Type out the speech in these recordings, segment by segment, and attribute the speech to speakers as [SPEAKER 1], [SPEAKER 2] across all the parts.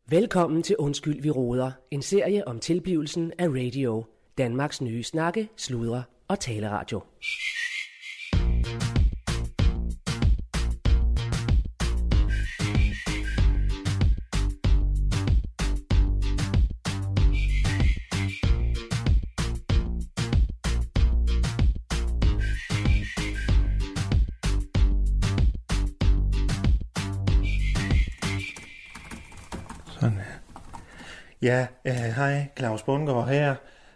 [SPEAKER 1] Velkommen til Undskyld, vi råder. En serie om tilblivelsen af radio. Danmarks nye snakke, sludre og taleradio.
[SPEAKER 2] Sådan. Ja, hej, Claus Bundgaard her.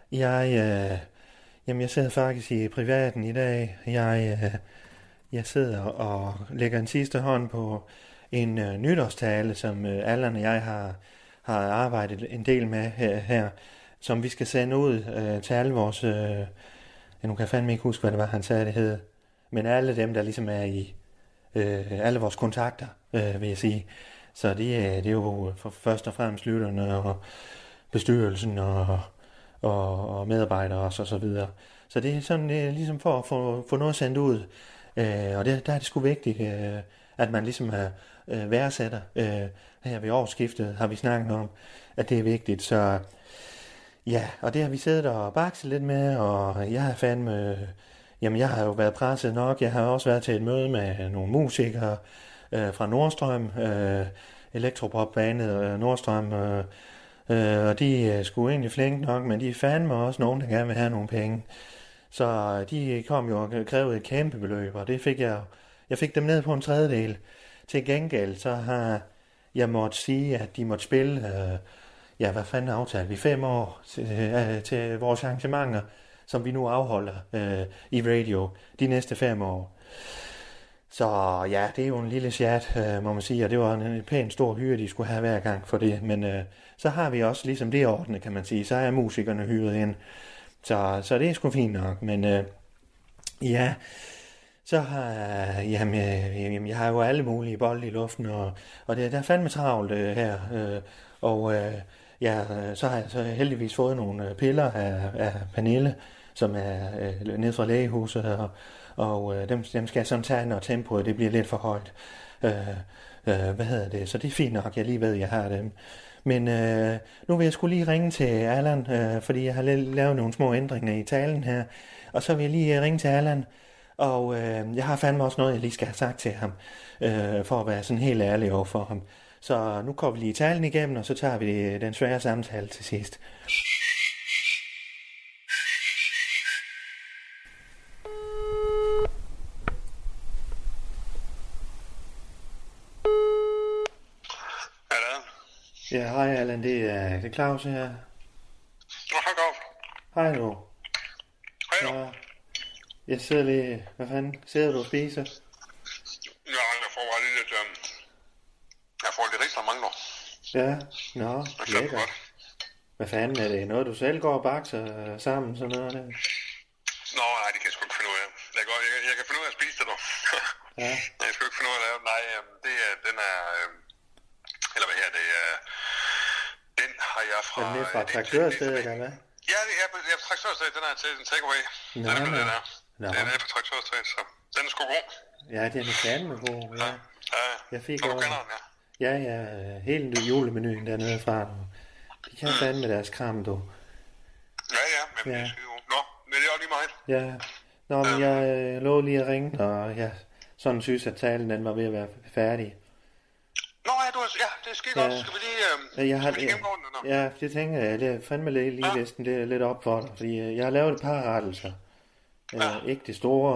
[SPEAKER 2] Jeg sidder faktisk i privaten i dag. Jeg sidder og lægger en sidste hånd på en nytårstale, som Allan og jeg har arbejdet en del med her, som vi skal sende ud til alle vores... nu kan jeg fandme ikke huske, hvad det var, han sagde, det hed. Men alle dem, der ligesom er i alle vores kontakter, vil jeg sige. Så det er jo for først og fremmest lytterne og bestyrelsen og medarbejdere og så videre. Så det er sådan ligesom for at få noget sendt ud. Og der er det sgu vigtigt, at man ligesom værdsætter. Her ved årsskiftet har vi snakket om, at det er vigtigt. Så ja, og det har vi siddet og bakset lidt med, og jeg har jeg har jo været presset nok. Jeg har også været til et møde med nogle musikere fra Nordstrøm, elektropopbandet Nordstrøm, og de er sgu egentlig flinke nok, men de er fandme også nogen, der gerne vil have nogle penge. Så de kom jo og krævede et kæmpe beløb, og det fik jeg fik dem ned på en tredjedel. Til gengæld så har jeg måtte sige, at de måtte spille, hvad fanden aftalte vi, 5 år til vores arrangementer, som vi nu afholder i radio de næste 5 år. Så ja, det er jo en lille chat, må man sige, og det var en pæn stor hyre, de skulle have hver gang for det. Men så har vi også ligesom det ordnet, kan man sige. Så er musikerne hyret ind. Så det er sgu fint nok. Men ja, så har jeg har jo alle mulige bolde i luften, og det er fandme travlt her. Så har jeg så heldigvis fået nogle piller af Pernille, som er nede fra lægehuset, og dem skal jeg sådan tage, når tempoet det bliver lidt for højt. Så det er fint nok, jeg lige ved, jeg har dem. Men nu vil jeg skulle lige ringe til Allan, fordi jeg har lavet nogle små ændringer i talen her. Og så vil jeg lige ringe til Allan, og jeg har fandme også noget, jeg lige skal have sagt til ham, for at være sådan helt ærlig over for ham. Så nu går vi lige talen igennem, og så tager vi den svære samtale til sidst. Ja, hej Allan, det er Claus her.
[SPEAKER 3] Hej Claus.
[SPEAKER 2] Hej du.
[SPEAKER 3] Hej du.
[SPEAKER 2] Jeg sidder lige... Hvad fanden? Sidder du og spiser?
[SPEAKER 3] Ja, jeg får bare lige lidt... Jeg får lidt ekstra mangler.
[SPEAKER 2] Ja, lækker. Hvad fanden, er det noget, du selv går og bakser sammen, sådan noget der?
[SPEAKER 3] Nå, nej, det kan jeg sgu ikke finde ud af. Jeg kan finde ud af at spise det, dog.
[SPEAKER 2] Ja.
[SPEAKER 3] Jeg skal ikke finde ud af at lave. Nej, den er... Eller hvad her, det er... Den har jeg fra...
[SPEAKER 2] Er den fra traktørstedet, eller hvad?
[SPEAKER 3] Ja, det er fra traktørstedet. Den er til en takeaway. Den er fra traktørstedet, så den er sgu god.
[SPEAKER 2] Ja, den er fandme god, ja. Jeg fik
[SPEAKER 3] så du kender den, ja?
[SPEAKER 2] Ja, hele julemenuen dernede fra. De kan fandme deres kram, du.
[SPEAKER 3] Ja, men det er skide god. Nå, men det er jo lige meget.
[SPEAKER 2] Ja, men jeg lå lige at ringe, og jeg sådan synes, at talen den var ved at være færdig.
[SPEAKER 3] Nå, det er skide godt. Skal vi lige gennemgå den?
[SPEAKER 2] Ja, det tænker jeg. Det er fandme lige listen det er lidt op for dig, fordi jeg har lavet et par rettelser. Ikke det store,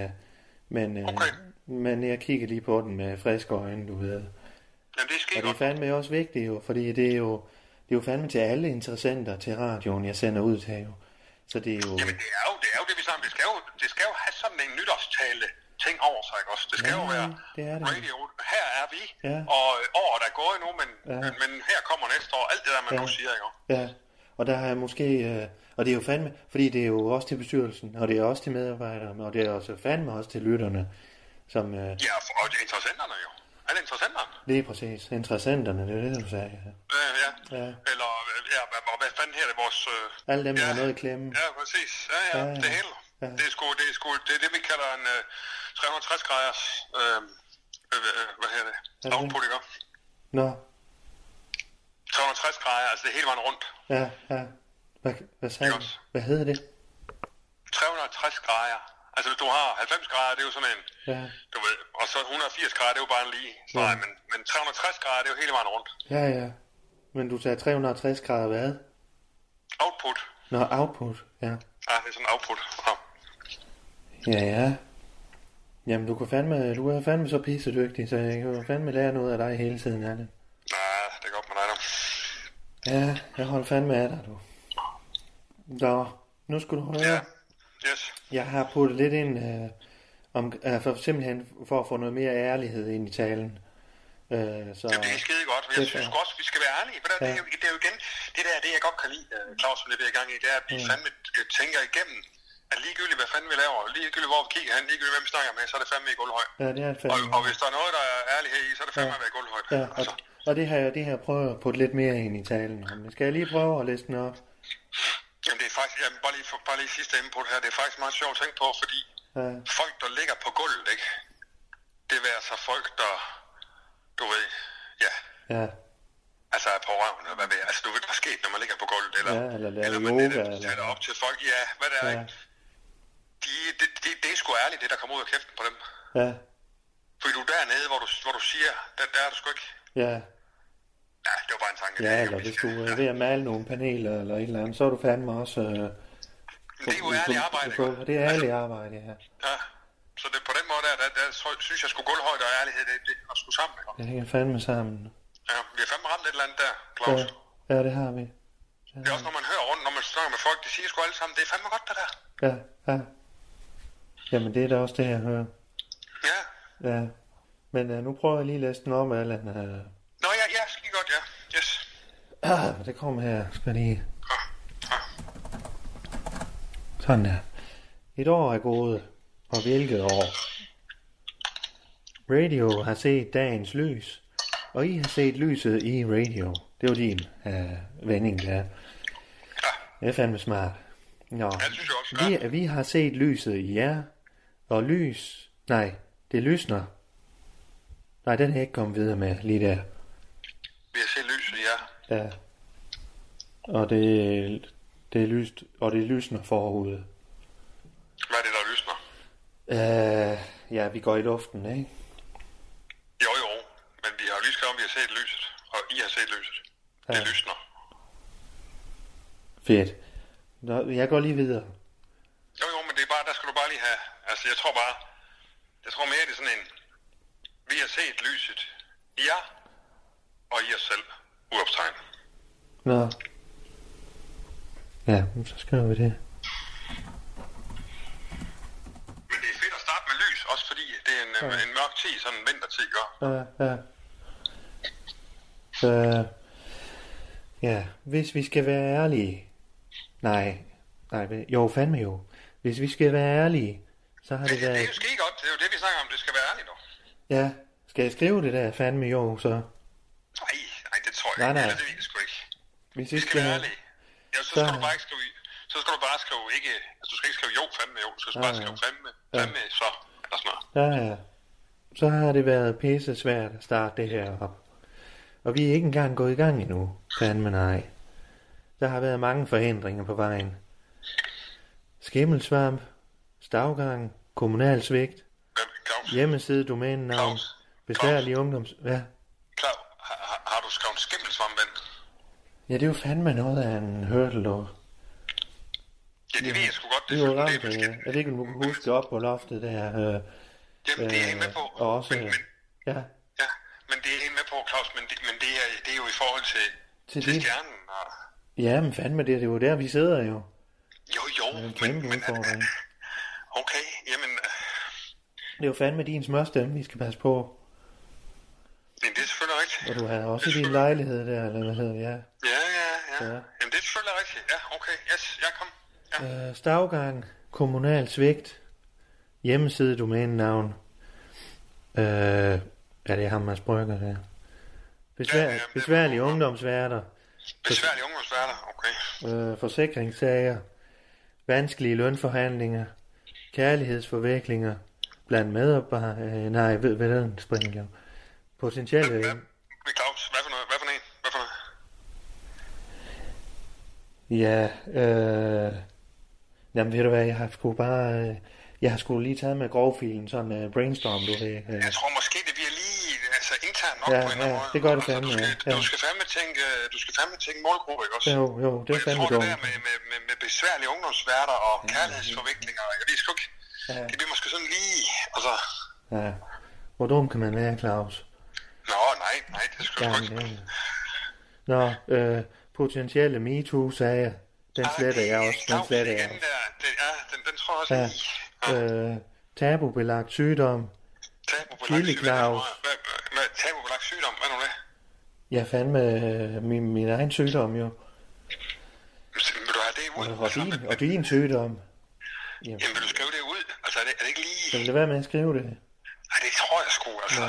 [SPEAKER 2] men jeg kigger lige på den med friske øjne, du ved.
[SPEAKER 3] Jamen, det er skide
[SPEAKER 2] godt. Og det er fandme også vigtigt jo, fordi det er jo fandme til alle interessenter til radioen, jeg sender ud til jo. Så det er jo...
[SPEAKER 3] Jamen, det er jo det, vi sammen. Det skal jo have sådan en nytårstale ting over sig, ikke også? Det skal jo være radio. Her er vi, og året er gået nu, men her kommer næste år. Alt det der, man nu siger, ikke også?
[SPEAKER 2] Ja, og der har jeg måske... og det er jo fandme... Fordi det er jo også til bestyrelsen, og det er også til medarbejdere, og det er også fandme også til lytterne, som...
[SPEAKER 3] Ja, og det er interessenterne jo. Alle interessenterne.
[SPEAKER 2] Det er præcis. Interessenterne, det er det, du sagde.
[SPEAKER 3] Ja. Eller, hvad fanden her er det vores...
[SPEAKER 2] Alle dem, der har noget i klemme.
[SPEAKER 3] Ja, præcis. Ja, det hele. Ja. Det er det, vi kalder en 360 graders, hvad hedder det? Output, ikke?
[SPEAKER 2] Nå.
[SPEAKER 3] 360 grader, altså det er hele vejen rundt.
[SPEAKER 2] Ja. Hvad sagde du? Hvad hedder det?
[SPEAKER 3] 360 grader. Altså hvis du har 90 grader, det er jo sådan en, du ved, og så 180 grader, det er jo bare en lige streg, men 360 grader, det er jo hele vejen rundt.
[SPEAKER 2] Ja. Men du sagde 360 grader hvad?
[SPEAKER 3] Output.
[SPEAKER 2] Nå, output, ja.
[SPEAKER 3] Ja, det er sådan en output.
[SPEAKER 2] Ja. Jamen, du er fandme så pissedygtig, så jeg kan jo fandme lære noget af dig hele tiden, er det?
[SPEAKER 3] Ja, det er godt med dig, du.
[SPEAKER 2] Ja, jeg holder fandme af dig, du. Så, nu skal du høre.
[SPEAKER 3] Ja, yes.
[SPEAKER 2] Jeg har puttet lidt ind, for simpelthen for at få noget mere ærlighed ind i talen. Så...
[SPEAKER 3] Jamen, det er skide godt. Jeg synes også, vi skal være ærlige. For det er jo igen, det jeg godt kan lide, Claus, som det er i gang i, det er, at vi fandme tænker igennem, at ligegyldigt hvad fanden vi laver, ligegyldigt hvor vi kigger hen, ligegyldigt hvem vi snakker med, så er det fandme i gulvhøjt.
[SPEAKER 2] Ja, det er det fandme.
[SPEAKER 3] Og hvis der er noget, der er ærlighed i, så er det fandme at være i gulvhøjt.
[SPEAKER 2] Ja, og det her prøver at putte lidt mere ind i talen. Skal jeg lige prøve at læse den op?
[SPEAKER 3] Jamen, det er faktisk, bare lige sidste input her, det er faktisk meget sjovt at tænke på, fordi folk, der ligger på gulvet, ikke? Det vil altså folk, der, du ved, ja. Altså er på røven, eller hvad ved jeg. Altså, du ved, der er sket, når man ligger på gulvet, eller man eller op til folk, ja, hvad det er, ikke? Det er sgu ærligt, det der kommer ud af kæften på dem.
[SPEAKER 2] Ja.
[SPEAKER 3] Fordi du er dernede, hvor du siger, der er du sgu ikke.
[SPEAKER 2] Ja.
[SPEAKER 3] Ja, det var bare en tanke.
[SPEAKER 2] Ja, eller hvis du er ved at male nogle paneler eller et eller andet, så er du fandme også...
[SPEAKER 3] det er jo ærligt arbejde, ikke?
[SPEAKER 2] Det er ærligt arbejde, ja.
[SPEAKER 3] Ja, så det, på den måde der synes jeg sgu gulvhøjde og ærlighed, det er sgu sammen, ikke?
[SPEAKER 2] Det hænger fandme sammen.
[SPEAKER 3] Ja, vi har fandme ramt et eller andet der, Claus.
[SPEAKER 2] Ja, det har vi.
[SPEAKER 3] Det er også, når man hører rundt, når man snakker med folk, de siger sgu alle sammen, det er fandme godt, det der.
[SPEAKER 2] Ja. Jamen, det er da også det, jeg hører. Ja. Men nu prøver jeg lige at læse den om, Allan.
[SPEAKER 3] Nå, ja, skide godt, ja. Yes.
[SPEAKER 2] Det kommer her. Skal lige... Sådan der. Et år er gået, og hvilket år? Radio har set dagens lys, og I har set lyset i radio. Det var din vending der. Det er fandme smart. Nå,
[SPEAKER 3] ja, det synes jeg også.
[SPEAKER 2] Vi har set lyset i jer, og det lysner. Nej, den er ikke kommet videre med lige der.
[SPEAKER 3] Vi har set lyset i jer.
[SPEAKER 2] Ja. Og det er lyst, og det lysner forude.
[SPEAKER 3] Hvad er det, der lysner?
[SPEAKER 2] Ja, vi går i luften, ikke?
[SPEAKER 3] Jo, men vi har jo lige skrevet om, vi har set lyset, og I har set lyset. Ja. Det lysner.
[SPEAKER 2] Fedt. Nå, jeg går lige videre.
[SPEAKER 3] Jo, men det er bare, der skal du bare lige have, altså jeg tror mere, det er sådan en, vi har set lyset i jer, og i os selv, udopstegn.
[SPEAKER 2] Nå. Ja, så skriver vi det.
[SPEAKER 3] Men det er fedt at starte med lys, også fordi det er en mørk tid, sådan en vintertid, gør.
[SPEAKER 2] Ja, hvis vi skal være ærlige. Nej, jo, fandme jo. Hvis vi skal være ærlige, så har det været...
[SPEAKER 3] Det er jo skide godt, det er jo det, vi snakker om, det skal være ærligt, dog.
[SPEAKER 2] Ja, skal jeg skrive det der fandme jo, så?
[SPEAKER 3] Nej, det tror jeg ikke. Nej. Det ved jeg sgu ikke.
[SPEAKER 2] Hvis
[SPEAKER 3] vi skal være ærlige. Ja, så skal du bare ikke skrive... Så skal du bare skrive ikke... Altså, du skal ikke skrive jo, fandme jo. Du skal bare skrive fandme, så... Eller sådan noget.
[SPEAKER 2] Ja. Så har det været pisse svært at starte det her op. Og vi er ikke engang gået i gang endnu. Fandme nej. Der har været mange forhindringer på vejen. Skimmelsvamp, stavgang, kommunal svigt, hjemmeside, domænenavn, besværlig ungdoms... Ja.
[SPEAKER 3] Klaus, har du skrevet skimmelsvamp ind?
[SPEAKER 2] Ja, det er jo fandme noget af en hurdle, dog.
[SPEAKER 3] Ja, det ved jeg sgu godt.
[SPEAKER 2] Det er jo langt, jeg ved ikke, om du kan huske op på loftet der.
[SPEAKER 3] Jamen, det er jeg med på.
[SPEAKER 2] Og også...
[SPEAKER 3] Ja, men det er jeg med på, Claus, men det er jo i forhold til stjernen. Og...
[SPEAKER 2] Ja, men fandme, det er jo der, vi sidder jo.
[SPEAKER 3] Jo, men okay, jamen...
[SPEAKER 2] Det er jo fandme din smørstemme, vi skal passe på.
[SPEAKER 3] Men det er selvfølgelig rigtigt.
[SPEAKER 2] Og du har også din lejlighed der, eller hvad hedder det,
[SPEAKER 3] ja. Ja. Jamen, det er selvfølgelig rigtigt. Ja, okay, yes, jeg kom. Ja.
[SPEAKER 2] Stavgang, kommunal svigt, hjemmeside, domænenavn. Ja, det er ham, man sprøkker der. Besværlige ungdomsværter.
[SPEAKER 3] Besværlige ungdomsværter, okay.
[SPEAKER 2] Forsikringssager, vanskelige lønforhandlinger, kærlighedsforviklinger blandt medarbejdere, ved den springer jeg. Potentielle...
[SPEAKER 3] Claus, hvad for noget?
[SPEAKER 2] Ja, jamen ved du hvad, jeg har sgu lige taget med grovfilen, sådan brainstorm, du ved.
[SPEAKER 3] Jeg tror måske, det bliver lige internt nok på en eller anden måde.
[SPEAKER 2] Det gør det fandme,
[SPEAKER 3] Du skal fandme tænke målgruppe, ikke også?
[SPEAKER 2] Jo, det er fandme dumt.
[SPEAKER 3] Jeg tror, det der med besværlige ungdomsværter og kærlighedsforviklinger, jeg ved sgu ikke, det bliver måske sådan lige, altså...
[SPEAKER 2] Ja, hvor dum kan man være, Claus?
[SPEAKER 3] Nå, nej, det skal du ikke.
[SPEAKER 2] Nå, potentielle MeToo-sager, den sletter jeg også. Den sletter jeg.
[SPEAKER 3] Den tror jeg også
[SPEAKER 2] tabubelagt sygdom. Chili Claus.
[SPEAKER 3] Tabubelagt sygdom, hvad er nu det?
[SPEAKER 2] Ja, fandme min egen sygdom jo.
[SPEAKER 3] Vil du have det ud?
[SPEAKER 2] Og din sygdom.
[SPEAKER 3] Jamen, vil du skrive det ud? Altså, er det ikke lige...
[SPEAKER 2] Så vil det være med at skrive det?
[SPEAKER 3] Nej, det tror jeg sgu, altså.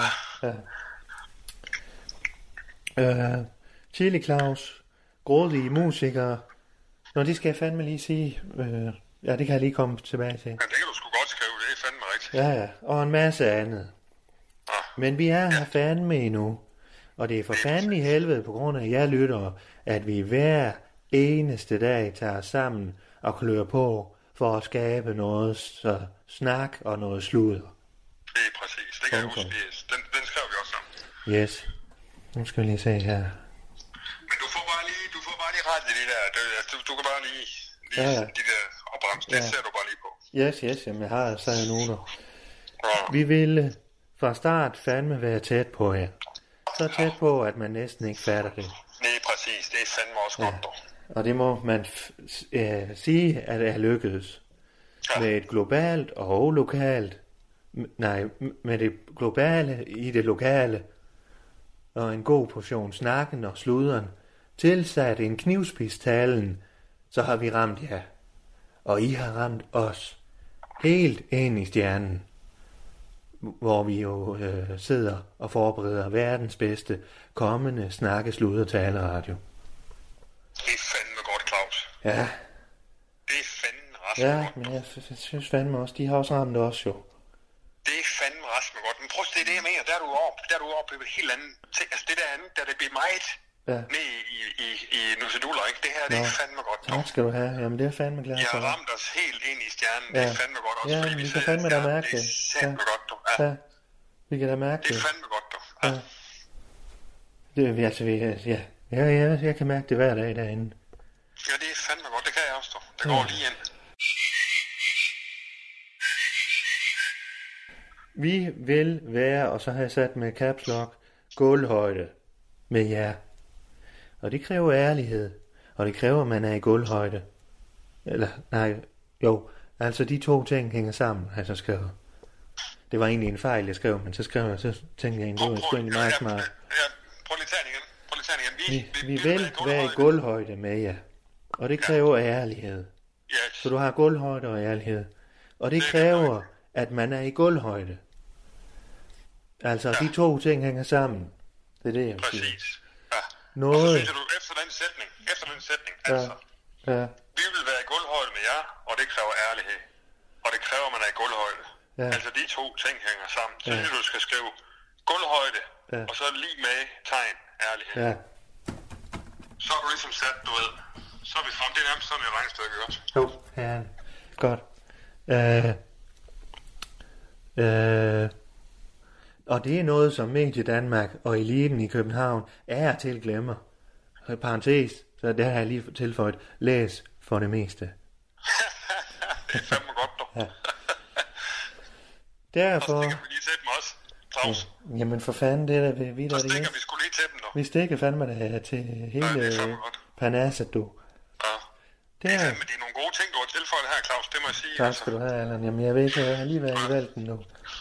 [SPEAKER 2] Ja. Chili Claus, grådige musikere. Nå, det skal jeg fandme lige sige. Ja, det kan jeg lige komme tilbage til.
[SPEAKER 3] Men det kan du sgu godt skrive, det er fandme rigtigt.
[SPEAKER 2] Ja, og en masse andet. Men vi er her fandme endnu. Og det er for fanden i helvede på grund af jer lyttere, at vi hver eneste dag tager sammen og klør på for at skabe noget så snak og noget sludder.
[SPEAKER 3] Det er præcis, det kan jeg huske. Den skrev vi også om.
[SPEAKER 2] Yes. Nu skal vi lige se her.
[SPEAKER 3] Men du får bare lige ret i det der. Du kan bare lige de der opbremse. Det ser du bare lige på.
[SPEAKER 2] Yes, jamen jeg har så nu der. Vi ville fra start fandme være tæt på her. Så tæt på, at man næsten ikke fatter det.
[SPEAKER 3] Nej, præcis. Det er fandme også godt, dog.
[SPEAKER 2] Og det må man sige, at det er lykkedes. Med et globalt og lokalt. Nej, med det globale i det lokale. Og en god portion snakken og sluderen. Tilsat en knivspidstalen, så har vi ramt jer. Og I har ramt os. Helt ind i stjernen. Hvor vi jo sidder og forbereder verdens bedste kommende snakke-sludder taleradio.
[SPEAKER 3] Det er fandme godt, Claus.
[SPEAKER 2] Ja.
[SPEAKER 3] Det er fandme rasme godt.
[SPEAKER 2] Men jeg synes fandme også, de har også ramt os jo.
[SPEAKER 3] Det er fandme rasme godt. Men prøv at se det, jeg mener. Der er du oppe på et helt andet ting. Altså det der andet, der det bliver meget ned i nuseduller, ikke? Det her, det er fandme godt.
[SPEAKER 2] Tak skal du have. Jamen det er fandme glad for.
[SPEAKER 3] Jeg har ramt os helt ind i stjernen. Det er fandme godt også.
[SPEAKER 2] Ja, vi kan fandme da mærke det.
[SPEAKER 3] Det er fandme godt, du.
[SPEAKER 2] Ja, vi kan da mærke det.
[SPEAKER 3] Det er fandme godt, du.
[SPEAKER 2] Ja. Det er altså, jeg kan mærke det hver dag derinde.
[SPEAKER 3] Ja, det er fandme godt. Det kan jeg også, du. Det går lige ind.
[SPEAKER 2] Vi vil være, og så har jeg sat med caps lock, gulvhøjde med jer. Og det kræver ærlighed. Og det kræver, at man er i gulvhøjde. Eller, nej, jo. Altså, de to ting hænger sammen, har jeg så skrevet. Det var egentlig en fejl, jeg skrev, men så skrev jeg, så tænkte jeg, det var sgu egentlig meget smart.
[SPEAKER 3] Prøv lige tage igen.
[SPEAKER 2] Vi vil være i gulvhøjde med jer. Og det kræver ærlighed. Så du har gulvhøjde og ærlighed. Og det kræver, at man er i gulvhøjde. Altså, de to ting hænger sammen. Det er det, jeg vil sige.
[SPEAKER 3] Præcis. Ja.
[SPEAKER 2] Noget...
[SPEAKER 3] Og så synes du, efter den sætning, altså, vi vil være i gulvhøjde med jer, og det kræver ærlighed. Og det kræver, at man er i gulvhøjde. Ja. Altså, de to ting hænger sammen. Så synes du skal skrive gulvhøjde, og så lige med tegn ærlighed. Ja. Så er du ligesom sat, du ved. Så er vi frem. Det er nærmest sådan et regnstykke også.
[SPEAKER 2] Jo, ja. Godt. Og det er noget, som Medie Danmark og eliten i København er til glemmer. Parentes, så det har jeg lige tilføjet. Læs for det meste.
[SPEAKER 3] Det er fandme godt, du. Ja.
[SPEAKER 2] Derfor...
[SPEAKER 3] Og stikker vi lige til dem også, Claus.
[SPEAKER 2] Jamen for fanden, det er da vi der.
[SPEAKER 3] Så stikker vi sgu lige til dem, du.
[SPEAKER 2] Vi stikker fandme da til hele Parnasset, du.
[SPEAKER 3] Ja. Det er nogle gode ting, du har tilføjet her, Claus. Det må jeg sige.
[SPEAKER 2] Tak skal du have, Allan. Jamen jeg ved ikke, jeg har lige været i valgten nu.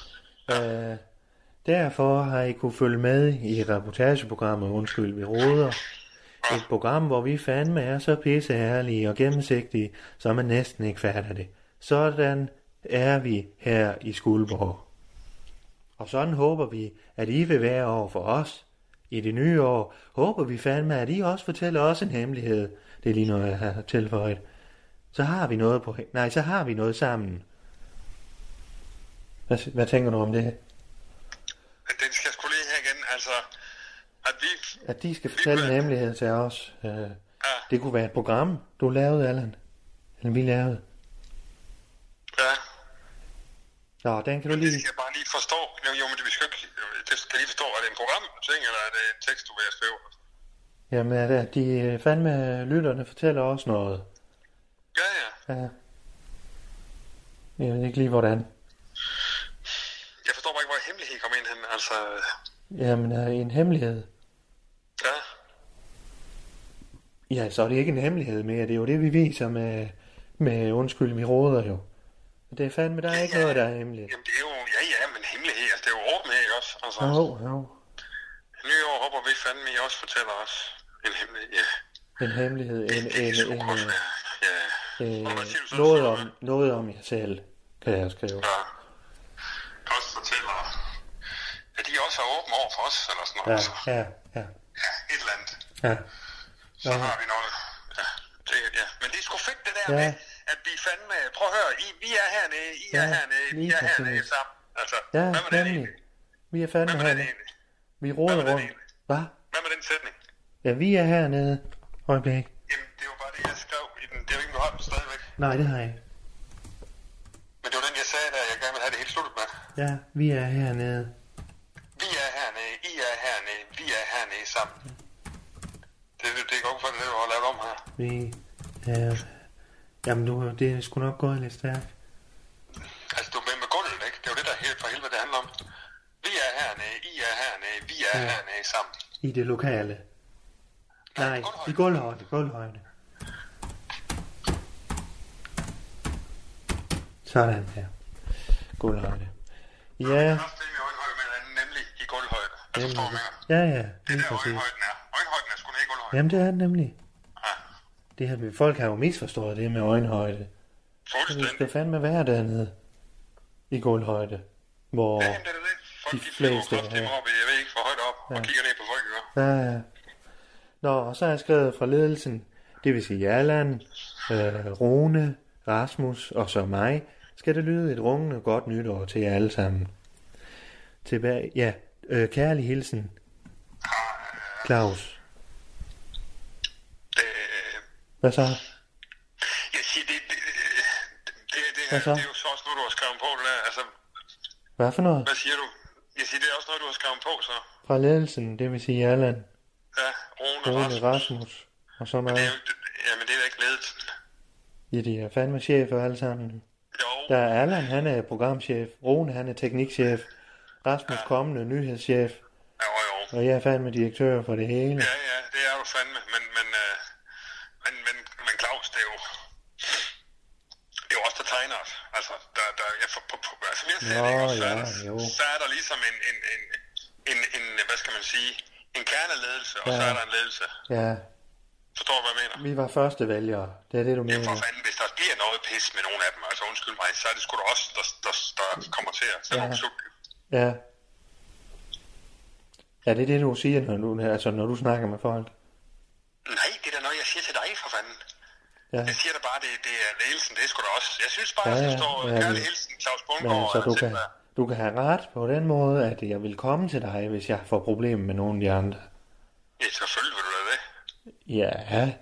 [SPEAKER 2] Derfor har I kunne følge med i reportageprogrammet Undskyld, vi råder. Et program, hvor vi fandme er så pisseherlige og gennemsigtige, så man næsten ikke fatter det. Sådan er vi her i Skuldborg. Og sådan håber vi, at I vil være over for os. I det nye år håber vi fandme, at I også fortæller os en hemmelighed. Det er lige noget, jeg har tilføjet. Så har vi noget sammen. Hvad tænker du om det?
[SPEAKER 3] Den skal jeg sgu lige her igen, altså, at
[SPEAKER 2] de skal fortælle en hemmelighed til os. Det kunne være et program, du lavede, Allan. Eller vi lavede.
[SPEAKER 3] Ja.
[SPEAKER 2] Nå, den kan du lige...
[SPEAKER 3] Det skal jeg bare lige forstå. Jo, men det skal lige forstå. Er det en program-ting, eller er det en tekst, du vil have skrive?
[SPEAKER 2] Jamen, de fandme lytterne fortæller også noget.
[SPEAKER 3] Ja.
[SPEAKER 2] Ja. Jeg ved ikke lige, hvordan.
[SPEAKER 3] Jeg forstår bare ikke, hvor hemmelighed kommer ind hen, altså...
[SPEAKER 2] Jamen, en hemmelighed.
[SPEAKER 3] Ja.
[SPEAKER 2] Ja, så er det ikke en hemmelighed mere. Det er jo det, vi viser med undskyld, vi råder jo. Det er fandme, der er ikke noget, der er hemmeligt.
[SPEAKER 3] Jamen, det er jo... Ja, men hemmelighed, altså, det er jo åbenhed, ikke også? Altså,
[SPEAKER 2] Jo.
[SPEAKER 3] Nye år håber vi fandme, I også fortæller os en hemmelighed, ja.
[SPEAKER 2] En hemmelighed, noget om jer selv, kan jeg skrive.
[SPEAKER 3] Ja. Også fortæller, at de også er åbne over for os, eller sådan noget.
[SPEAKER 2] Ja.
[SPEAKER 3] Ja, et eller andet.
[SPEAKER 2] Ja.
[SPEAKER 3] Så har vi noget. Ja. Men det er sgu fedt, det der med, at vi fandme... Prøv at høre, vi er hernede, I er hernede, vi er hernede sammen. Altså, hvad med den egentlig?
[SPEAKER 2] Vi er fandme hernede. Vi roder rundt. Hvad?
[SPEAKER 3] Hvad med den sætning?
[SPEAKER 2] Ja, vi er hernede. Øjeblik.
[SPEAKER 3] Jamen, det var bare det, jeg skrev i den. Det er jo ikke, du har den stadigvæk.
[SPEAKER 2] Nej, det har jeg ikke.
[SPEAKER 3] Men det var den, jeg sagde der, jeg gerne vil have det helt sluttet med.
[SPEAKER 2] Ja, vi er hernede.
[SPEAKER 3] Vi er hernede, I er hernede, vi er hernede sammen. Det er godt for det, du har lavet om her.
[SPEAKER 2] Vi er... Jamen, det er sgu nok gået lidt stærkt.
[SPEAKER 3] Altså, du er med gulvet, ikke? Det er jo det, der helt for helvede, det handler om. Vi er hernede, I er hernede, vi er hernede sammen.
[SPEAKER 2] I det lokale. Nej, i gulvhøjde. Sådan her. Gulvhøjde. Ja.
[SPEAKER 3] Det er også det med øjenhøjde med den, nemlig i gulvhøjde. Altså, forstår du med?
[SPEAKER 2] Ja.
[SPEAKER 3] Det er der øjenhøjden er. Øjenhøjden er sgu ned i gulvhøjde.
[SPEAKER 2] Jamen, det er det nemlig.
[SPEAKER 3] Ja.
[SPEAKER 2] Det her, folk har jo misforstået det med øjenhøjde.
[SPEAKER 3] Fuldstændig.
[SPEAKER 2] Det skal fandme være dernede i gulvhøjde. Hvor
[SPEAKER 3] ja, jamen, det er det. Folk, de fleste op, jeg ved ikke, for højt op, og kigger ned på folk, jo.
[SPEAKER 2] Ja. Nå, og så har jeg skrevet fra ledelsen, det vil sige Allan, Rune, Rasmus og så mig, skal det lyde et rungende godt nytår til jer alle sammen. Tilbage, ja, kærlig hilsen, Claus. Hvad så?
[SPEAKER 3] Jeg siger, det er jo så også noget, du har skrevet på, det der, altså...
[SPEAKER 2] Hvad for noget?
[SPEAKER 3] Hvad siger du? Jeg siger, det er også noget, du har skrevet på, så...
[SPEAKER 2] Fra ledelsen, det vil sige Allan.
[SPEAKER 3] Ja, Rune,
[SPEAKER 2] Rasmus. Og så mig.
[SPEAKER 3] Men det er da ikke ledelsen.
[SPEAKER 2] Ja, de er fandme chefer alle sammen.
[SPEAKER 3] Jo.
[SPEAKER 2] Der er Allan, han er programchef. Rune, han er teknikchef. Rasmus kommende nyhedschef.
[SPEAKER 3] Jo.
[SPEAKER 2] Og jeg er fandme direktør for det hele.
[SPEAKER 3] Ja, det er du fandme. Men Claus, det er jo også der tegner os. Altså, som jeg ser det, ikke også, så er der ligesom en hvad skal man sige, en kerneledelse, og så er der en ledelse.
[SPEAKER 2] Ja.
[SPEAKER 3] Forstår du, hvad jeg mener?
[SPEAKER 2] Vi var første vælgere. Det er det, du mener.
[SPEAKER 3] Ja, for fanden, hvis der bliver noget pis med nogle af dem, altså undskyld mig, så er det sgu da også, der kommer til at sætte nogle sluk.
[SPEAKER 2] Ja. Ja, det er det, du siger, når du snakker med folk.
[SPEAKER 3] Nej, det er da noget, jeg siger til dig, for fanden. Ja. Jeg siger da bare, det er ledelsen, det er sgu da også. Jeg synes bare, at der står kærlig hilsen, Claus Bundgaard.
[SPEAKER 2] Så du kan have ret på den måde, at jeg vil komme til dig, hvis jeg får problemer med nogle af de andre.
[SPEAKER 3] Ja, selvfølgelig vil du da det.
[SPEAKER 2] Ja.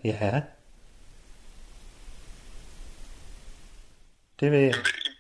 [SPEAKER 2] Det vil jeg.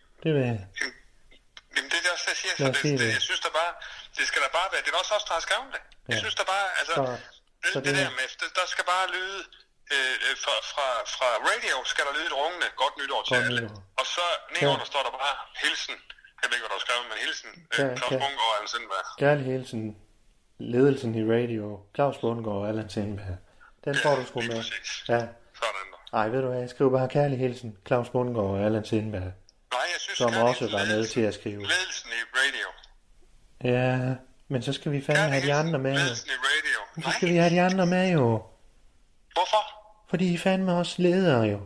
[SPEAKER 3] Jamen, det er også det, jeg siger. Så jeg synes da bare, det skal da bare være, det er også os, der har skrevet det. Jeg synes da bare, altså, det der med, der skal bare lyde, fra radio skal der lyde et rungende godt nytår til alle. Og så nedenunder står der bare hilsen. Jeg ved ikke, hvad du har skrevet, men hilsen. Claus Bundgaard og Allan Sindberg.
[SPEAKER 2] Kærlig hilsen. Ledelsen i radio. Claus Bundgaard og Allan Sindberg. Den får du sgu med. Ja.
[SPEAKER 3] Sådan der.
[SPEAKER 2] Ej, ved du hvad, jeg skriver bare kærlig hilsen. Claus Bundgaard og Allan Sindberg.
[SPEAKER 3] Nej, jeg synes,
[SPEAKER 2] som også var med til at skrive.
[SPEAKER 3] Ledelsen i radio.
[SPEAKER 2] Ja, men så skal vi fandme have de andre med.
[SPEAKER 3] Ledelsen i radio.
[SPEAKER 2] Så skal vi have de andre med jo.
[SPEAKER 3] Hvorfor?
[SPEAKER 2] Fordi I fandme også ledere jo.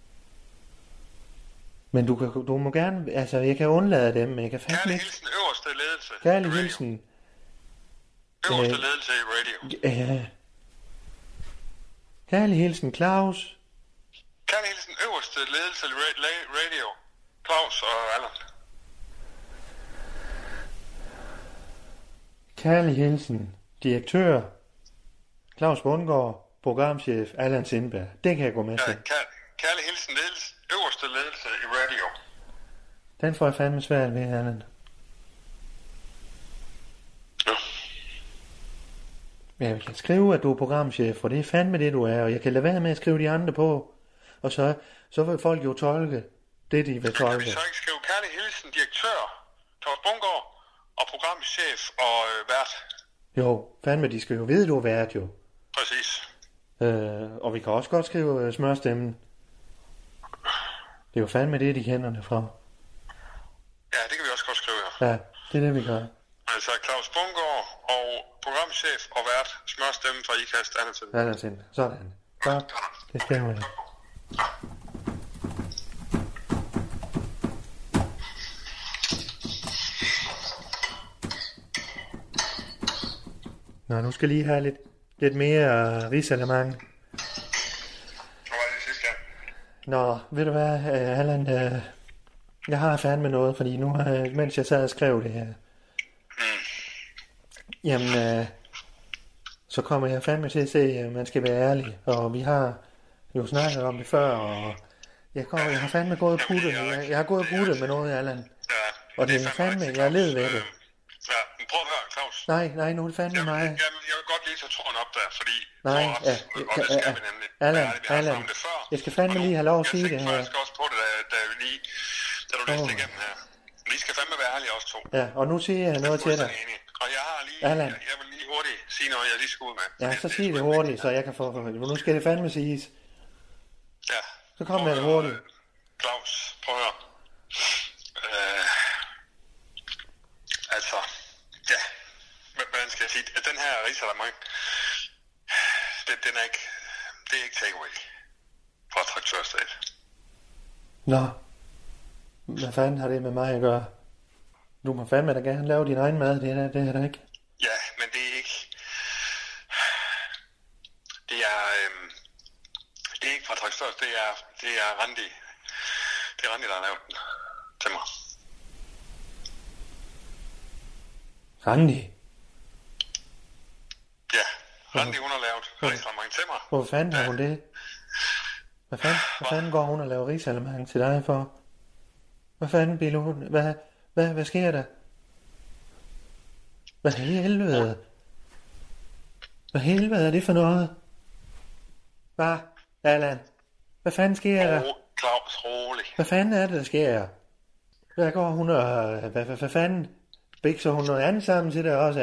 [SPEAKER 2] Men du må gerne, altså jeg kan undlade dem, men jeg kan fandme ikke.
[SPEAKER 3] Kærlig hilsen, øverste ledelse.
[SPEAKER 2] Kærlig hilsen.
[SPEAKER 3] Øverste ledelse i radio.
[SPEAKER 2] Ja. Kærlig hilsen, Claus.
[SPEAKER 3] Kærlig hilsen, øverste ledelse i radio. Claus og Allan.
[SPEAKER 2] Kærlig hilsen, direktør Claus Bundgaard, programchef Allan Sindberg. Det kan jeg gå med til.
[SPEAKER 3] Kærlig hilsen øverste ledelse i radio.
[SPEAKER 2] Den får jeg fandme svært ved, Allan.
[SPEAKER 3] Ja.
[SPEAKER 2] Men jeg kan skrive, at du er programchef, for det er fandme det, du er, og jeg kan lade være med at skrive de andre på. Og så vil folk jo tolke det, de vil tolke.
[SPEAKER 3] Kan vi så ikke skrive kærlig hilsen, direktør, Claus Bungård, og programchef og vært?
[SPEAKER 2] Jo, fandme, de skal jo vide, du er vært, jo.
[SPEAKER 3] Præcis.
[SPEAKER 2] Og vi kan også godt skrive smørstemmen. Det er jo fandme det, de kender det fra.
[SPEAKER 3] Ja, det kan vi også godt skrive her.
[SPEAKER 2] Ja, det er det, vi gør.
[SPEAKER 3] Altså Claus Bungård og programchef og vært smørstemmen fra IKAST
[SPEAKER 2] Andersen. Sådan. Godt. Det skal jeg. Nå, nu skal lige have lidt mere risalemang.
[SPEAKER 3] Hvad var det sidste gang?
[SPEAKER 2] Nå, ved du hvad, Allan, jeg har fandme noget, fordi nu, mens jeg sad og skrev det her, jamen, så kommer jeg fandme til at se, at man skal være ærlig, og vi har jo snakket om det før, og jeg har fandme gået og puttet, jeg har gået og puttet med noget, Allan, og det er fandme, jeg er led ved det.
[SPEAKER 3] Ja, men prøv at høre, Claus.
[SPEAKER 2] Nej, nu er det fandme mig.
[SPEAKER 3] Jamen, jeg vil godt lige tage tråden op der, fordi...
[SPEAKER 2] Nej,
[SPEAKER 3] og det skal vi nemlig.
[SPEAKER 2] Allan, jeg skal fandme lige have lov at sige det her.
[SPEAKER 3] Jeg skal også på det, da du læste igennem her. Vi skal fandme være ærlige også to.
[SPEAKER 2] Ja, og nu siger jeg noget til dig.
[SPEAKER 3] Og jeg har lige... Jeg vil lige hurtigt sige noget, jeg lige skal ud med.
[SPEAKER 2] Ja, så sig det hurtigt, så jeg kan få... Nu skal det fandme siges.
[SPEAKER 3] Ja.
[SPEAKER 2] Så kom med det hurtigt.
[SPEAKER 3] Claus, prøv at høre. Altså... Ja, hvordan skal jeg sige? Den her risalemang, den er ikke... Det er ikke takeaway fra traktørstat.
[SPEAKER 2] Nå. Hvad fanden har det med mig at gøre? Du må fandme da gerne lave din egen mad, det er der ikke.
[SPEAKER 3] Ja, men det er ikke... Det er ikke fra traktørstat, det er Randi. Det er Randi, der har lavet den til mig.
[SPEAKER 2] Randi?
[SPEAKER 3] Ja, Randi hun har lavet risalemang til mig.
[SPEAKER 2] Hvor fanden har hun det? Hvad fanden går hun og laver risalemang til dig for? Hvad fanden, Bilo? Hvad sker der? Hvad helvede? Hvad helvede er det for noget? Hvad, Allan? Hvad fanden sker der?
[SPEAKER 3] Claus, rolig.
[SPEAKER 2] Hvad fanden er det, der sker? Hvad går hun og... Hvad fanden? Bikser hun noget andet sammen til det også?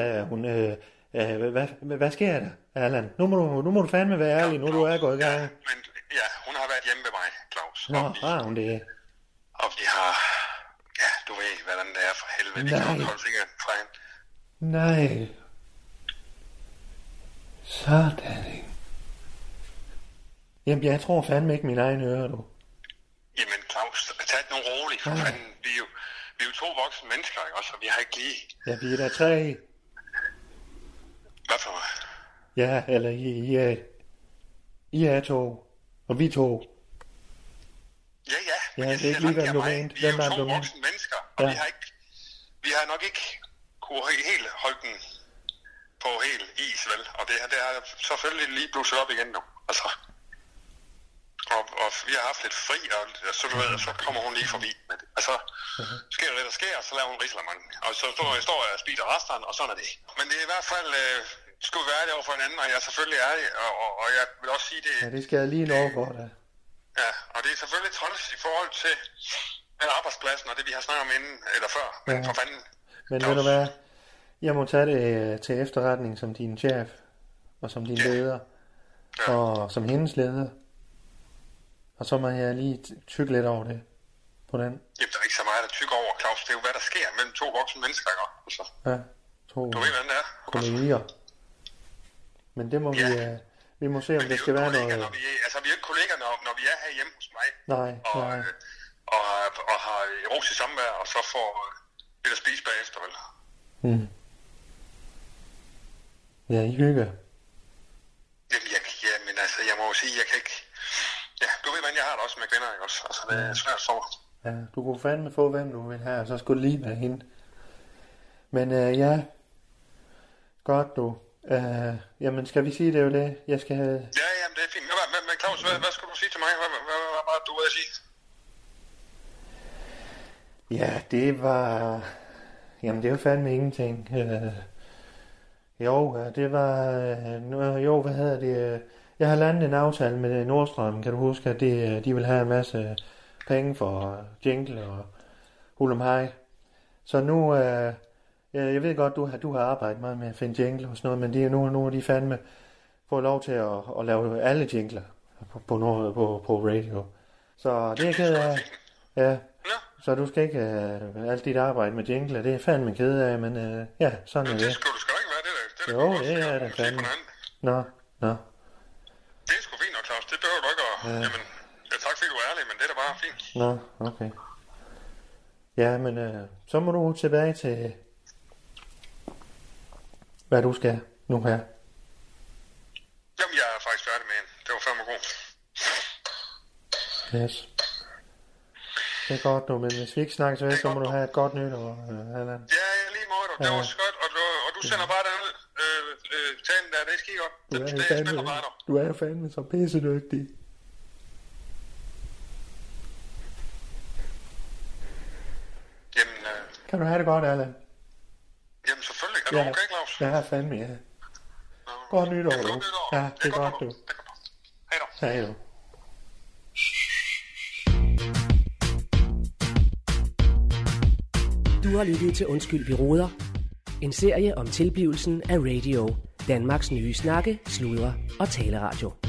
[SPEAKER 2] Hvad sker der, Allan? Nu må du fandme være ærlig, nu du er gået i gang.
[SPEAKER 3] Men ja, hun har været hjemme ved mig, Claus.
[SPEAKER 2] Nå, har hun det?
[SPEAKER 3] Og vi har... Ja, du ved, hvordan det er for helvede. Vi kan holde fingeren fra hende.
[SPEAKER 2] Nej. Sådan, ikke? Jamen, jeg tror fandme ikke mine egne ører, du.
[SPEAKER 3] Jamen, Claus, tag det nu roligt, for fanden. Vi er jo to voksne mennesker, ikke også? Og vi har ikke lige...
[SPEAKER 2] Ja, vi er der 3.
[SPEAKER 3] Hvad for?
[SPEAKER 2] Ja, eller I er 2. Og vi 2.
[SPEAKER 3] Ja.
[SPEAKER 2] Ja, det er ikke lige, hvad du mente.
[SPEAKER 3] Vi er jo to voksne mennesker, og vi har nok ikke kunne helt holde den på helt is, vel? Og det har selvfølgelig lige blusset op igen nu. Altså... Og vi har haft lidt fri, og så du ved, så kommer hun lige forbi med det. Altså, sker det, der sker, så laver hun risalemang. Og så står jeg og spiser resterne, og sådan er det. Men det er i hvert fald, skulle vi være ærlig over for hinanden, og jeg er selvfølgelig ærlig, og jeg vil også sige det...
[SPEAKER 2] Ja, det skal jeg lige love for dig.
[SPEAKER 3] Ja, og det er selvfølgelig træls i forhold til arbejdspladsen, og det vi har snakket om inden, eller før, men for fanden...
[SPEAKER 2] Men ved du hvad, jeg må tage det til efterretning som din chef, og som din leder, og som hendes leder. Og så må jeg lige tykke lidt over det på den.
[SPEAKER 3] Jamen, der er ikke så meget at tykke over, Claus. Det er jo, hvad der sker mellem to voksne mennesker, ikke? Altså.
[SPEAKER 2] Ja, to
[SPEAKER 3] du ved, hvordan det er.
[SPEAKER 2] kollegier. Men det må vi må se, om det skal være noget...
[SPEAKER 3] Altså, vi er ikke kolleger, når vi er her hjemme hos mig.
[SPEAKER 2] Nej.
[SPEAKER 3] Og har erotisk samvær, og så får lidt at spise bagefter, vel?
[SPEAKER 2] Ja, I hygger.
[SPEAKER 3] Jamen, altså, jeg må jo sige, jeg kan ikke... Ja, du ved, hvordan jeg har det også med kvinder, ikke også? Altså, det er svært for mig.
[SPEAKER 2] Ja, du kunne fandme få, hvem du vil have, og så skulle det lige være hende. Men ja, godt du. Jamen, skal vi sige det jo det? Jeg skal have...
[SPEAKER 3] Ja, det er fint. Men Claus, hvad skulle du sige til mig? Hvad var det, du ville sige?
[SPEAKER 2] Ja, det var... Jamen, det var fandme ingenting. Det var... hvad hedder det? Jeg har landet en aftale med Nordstrøm. Kan du huske, at de vil have en masse penge for jingle og hurlumhej. Så nu... jeg ved godt, du har arbejdet meget med at finde jingle og sådan noget, men det er nu de fandme får lov til at lave alle jingler på radio. Så det er ked af. Ja. Så du skal ikke alt dit arbejde med jingler, det er fandme ked af, men ja, sådan er det.
[SPEAKER 3] Det skal du ikke være, det
[SPEAKER 2] jo, det er det fandme. Nå.
[SPEAKER 3] Det er sgu fint nok, Claus, det behøver du ikke at... Ja. Jamen, tak fordi du er ærlig, men det er da bare fint.
[SPEAKER 2] Nå, okay. Ja, men så må du tilbage til, hvad du skal nu her.
[SPEAKER 3] Jamen, jeg er faktisk færdig med en. Det var fandme god.
[SPEAKER 2] Yes. Det er godt nu, men hvis vi ikke snakkes ved, så må du have et godt nytår, Allan.
[SPEAKER 3] Ja, lige måde, det var også godt, og du sender bare den ud. Talen der, det er skide godt.
[SPEAKER 2] Du er fandme så pissedygtig.
[SPEAKER 3] Jamen...
[SPEAKER 2] Kan du have det godt, Allan?
[SPEAKER 3] Jamen selvfølgelig, er du okay, Claus?
[SPEAKER 2] Ja, fandme, ja. Godt nytår, du. Ja, det er godt, du. Hej du.
[SPEAKER 1] Du har lyttet til Undskyld, vi roder. En serie om tilblivelsen af radio. Danmarks nye snakke, sludre og taleradio.